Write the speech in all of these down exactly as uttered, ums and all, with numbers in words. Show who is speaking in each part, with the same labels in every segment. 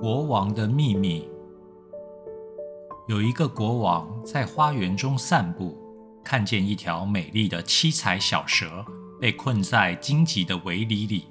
Speaker 1: 国王的秘密。有一个国王在花园中散步，看见一条美丽的七彩小蛇被困在荆棘的围篱里。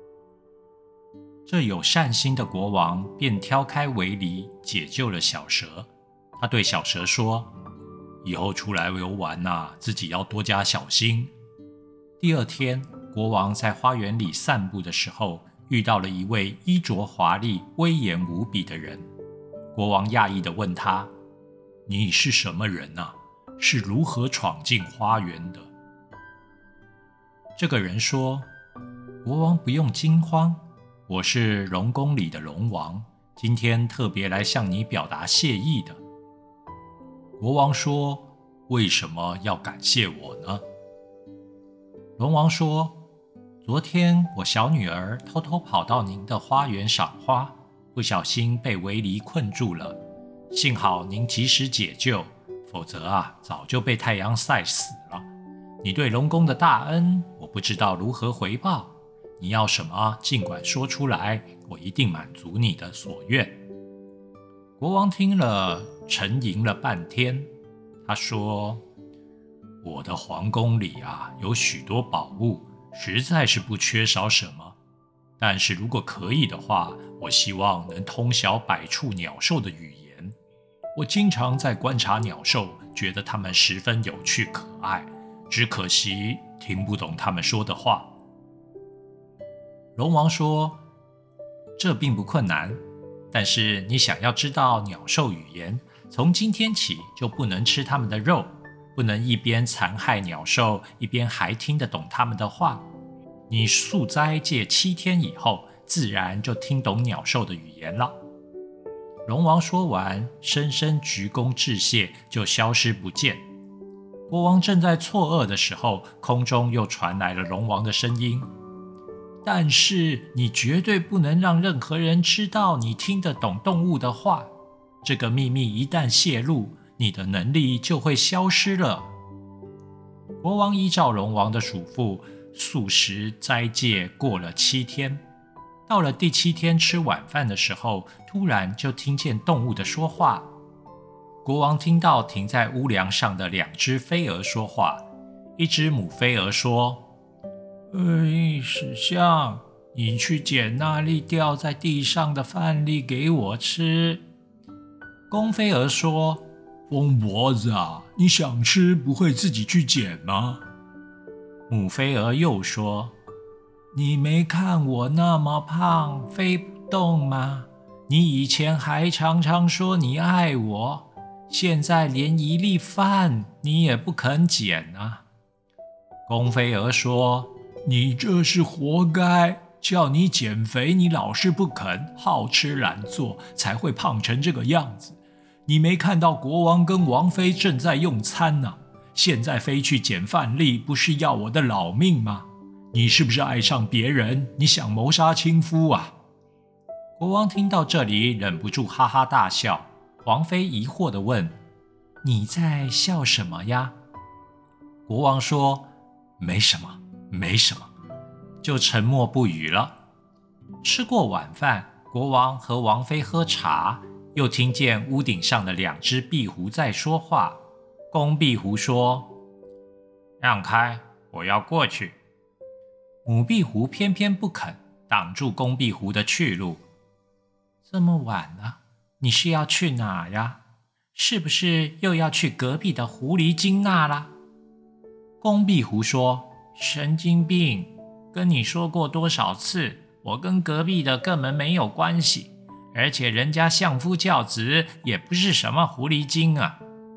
Speaker 1: 这有善心的国王便挑开围篱，解救了小蛇。他对小蛇说：以后出来游玩啊，自己要多加小心。第二天，国王在花园里散步的时候，遇到了一位衣着华丽、威严无比的人。国王讶异地问他：你是什么人啊？是如何闯进花园的？这个人说：国王不用惊慌，我是龙宫里的龙王，今天特别来向你表达谢意的。国王说：为什么要感谢我呢？龙王说：昨天我小女儿偷偷跑到您的花园赏花，不小心被围篱困住了，幸好您及时解救，否则啊，早就被太阳晒死了。你对龙宫的大恩，我不知道如何回报。你要什么，尽管说出来，我一定满足你的所愿。国王听了，沉吟了半天，他说：我的皇宫里啊，有许多宝物，实在是不缺少什么。但是如果可以的话，我希望能通晓百处鸟兽的语言。我经常在观察鸟兽，觉得它们十分有趣可爱，只可惜听不懂它们说的话。龙王说：这并不困难，但是你想要知道鸟兽语言，从今天起就不能吃它们的肉，不能一边残害鸟兽，一边还听得懂它们的话。你素斋戒七天以后，自然就听懂鸟兽的语言了。龙王说完，深深鞠躬致谢，就消失不见。国王正在错愕的时候，空中又传来了龙王的声音：但是你绝对不能让任何人知道你听得懂动物的话，这个秘密一旦泄露，你的能力就会消失了。国王依照龙王的嘱咐，素食斋戒过了七天。到了第七天吃晚饭的时候，突然就听见动物的说话。国王听到停在屋梁上的两只飞蛾说话，一只母飞蛾说：哎，史相，你去捡那粒掉在地上的饭粒给我吃。公飞蛾说：疯婆子啊，你想吃不会自己去捡吗？母飞蛾又说：你没看我那么胖，飞不动吗？你以前还常常说你爱我，现在连一粒饭你也不肯捡啊。公飞蛾说：你这是活该，叫你减肥你老是不肯，好吃懒做，才会胖成这个样子。你没看到国王跟王妃正在用餐呢、啊，现在飞去捡饭粒，不是要我的老命吗？你是不是爱上别人？你想谋杀亲夫啊？国王听到这里，忍不住哈哈大笑。王妃疑惑地问：你在笑什么呀？国王说：没什么，没什么，就沉默不语了。吃过晚饭，国王和王妃喝茶，又听见屋顶上的两只壁虎在说话。公壁虎说：让开，我要过去。母壁虎偏偏不肯，挡住公壁虎的去路。这么晚了，你是要去哪呀？是不是又要去隔壁的狐狸精那啦？公壁虎说：神经病，跟你说过多少次，我跟隔壁的根本没有关系，而且人家相夫教子，也不是什么狐狸精啊。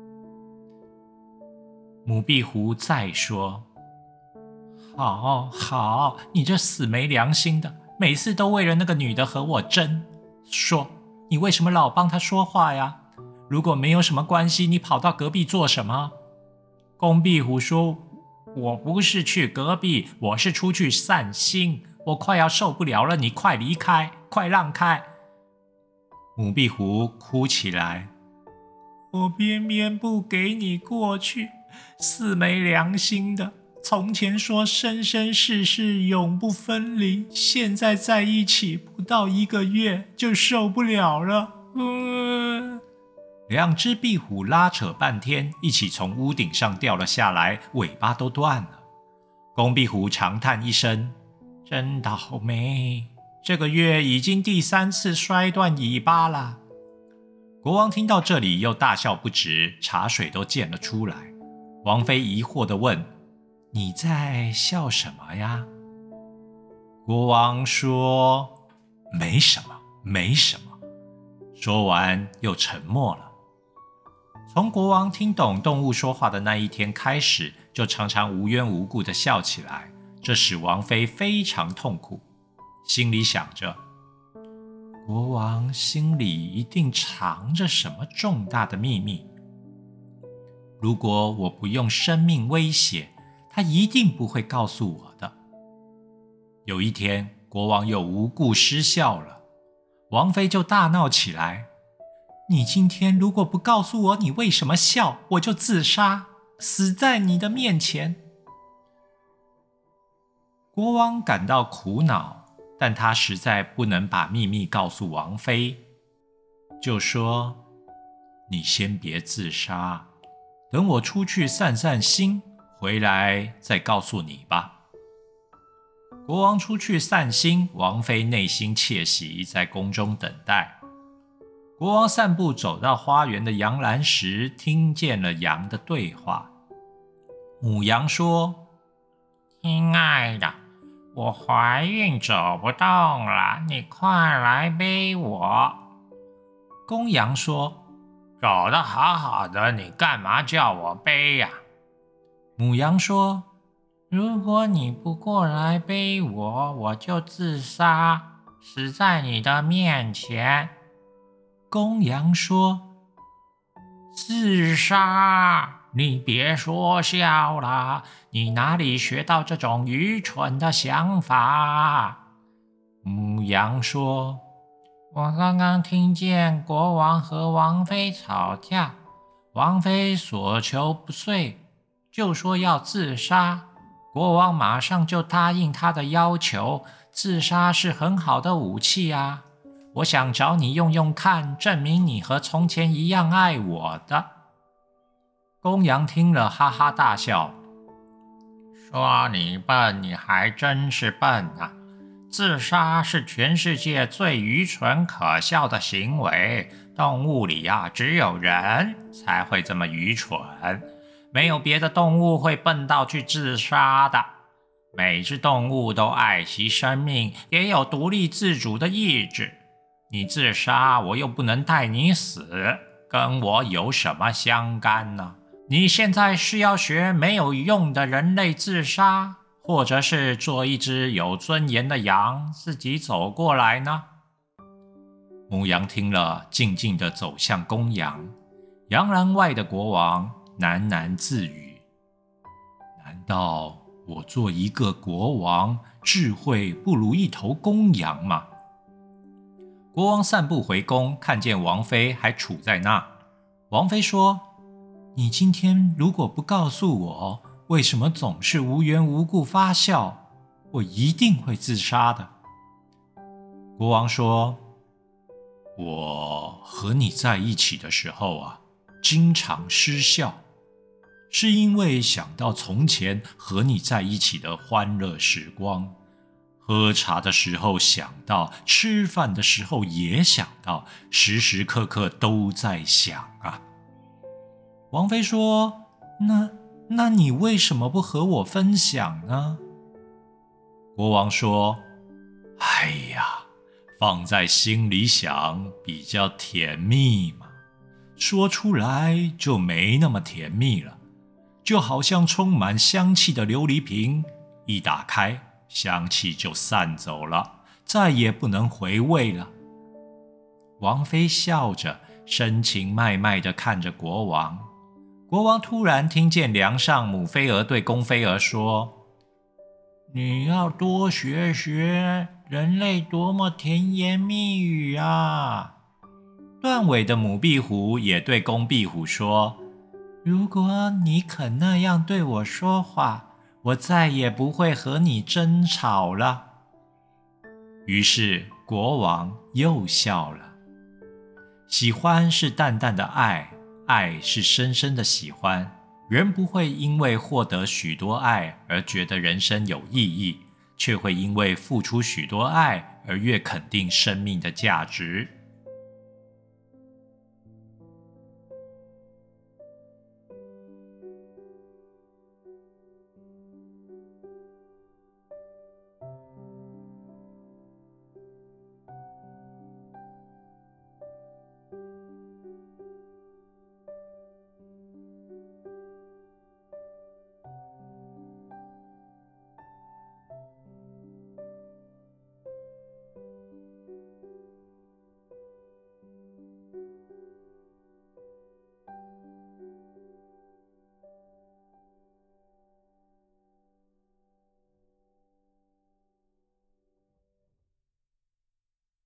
Speaker 1: 母壁虎再说：好好，你这死没良心的，每次都为了那个女的和我争。说，你为什么老帮她说话呀？如果没有什么关系，你跑到隔壁做什么？公壁虎说：我不是去隔壁，我是出去散心，我快要受不了了，你快离开，快让开。母壁虎哭起来：我偏偏不给你过去，死没良心的， 从前说生生世世永不分离，现在在一起不到一个月就受不了了。呃、两只壁虎拉扯半天，一起从屋顶上掉了下来，尾巴都断了。公壁虎长叹一声，真倒霉，这个月已经第三次摔断尾巴了。国王听到这里又大笑不止，茶水都溅了出来。王妃疑惑地问，你在笑什么呀？国王说，没什么，没什么。说完又沉默了。从国王听懂动物说话的那一天开始，就常常无缘无故地笑起来，这使王妃非常痛苦，心里想着，国王心里一定藏着什么重大的秘密。如果我不用生命威胁，他一定不会告诉我的。有一天，国王又无故失笑了，王妃就大闹起来，你今天如果不告诉我你为什么笑，我就自杀，死在你的面前。国王感到苦恼，但他实在不能把秘密告诉王妃，就说，你先别自杀，等我出去散散心，回来再告诉你吧。国王出去散心，王妃内心窃喜，在宫中等待。国王散步走到花园的羊栏时，听见了羊的对话。母羊说，亲爱的，我怀孕走不动了，你快来背我。公羊说，走得好好的，你干嘛叫我背呀？母羊说，如果你不过来背我，我就自杀，死在你的面前。公羊说，自杀？你别说笑了，你哪里学到这种愚蠢的想法？母羊说，我刚刚听见国王和王妃吵架，王妃所求不遂，就说要自杀，国王马上就答应他的要求，自杀是很好的武器啊，我想找你用用看，证明你和从前一样爱我的。公羊听了哈哈大笑，说你笨，你还真是笨啊！自杀是全世界最愚蠢可笑的行为，动物里啊，只有人才会这么愚蠢，没有别的动物会笨到去自杀的。每只动物都爱惜生命，也有独立自主的意志。你自杀，我又不能带你死，跟我有什么相干呢？你现在是要学没有用的人类自杀，或者是做一只有尊严的羊，自己走过来呢？母羊听了，静静地走向公羊。羊栏外的国王喃喃自语，难道我做一个国王，智慧不如一头公羊吗？国王散步回宫，看见王妃还杵在那。王妃说，你今天如果不告诉我为什么总是无缘无故发笑，我一定会自杀的。国王说，我和你在一起的时候啊，经常失笑，是因为想到从前和你在一起的欢乐时光，喝茶的时候想到，吃饭的时候也想到，时时刻刻都在想啊。王妃说，那那你为什么不和我分享呢？国王说，哎呀，放在心里想比较甜蜜嘛，说出来就没那么甜蜜了，就好像充满香气的琉璃瓶，一打开，香气就散走了，再也不能回味了。王妃笑着，深情脉脉地看着国王。国王突然听见梁上母飞蛾对公飞蛾说，你要多学学人类多么甜言蜜语啊。断尾的母壁虎也对公壁虎说，如果你肯那样对我说话， 我再也不会和你争吵了。”于是国王又笑了。喜欢是淡淡的爱，爱是深深的喜欢。人不会因为获得许多爱而觉得人生有意义，却会因为付出许多爱而越肯定生命的价值。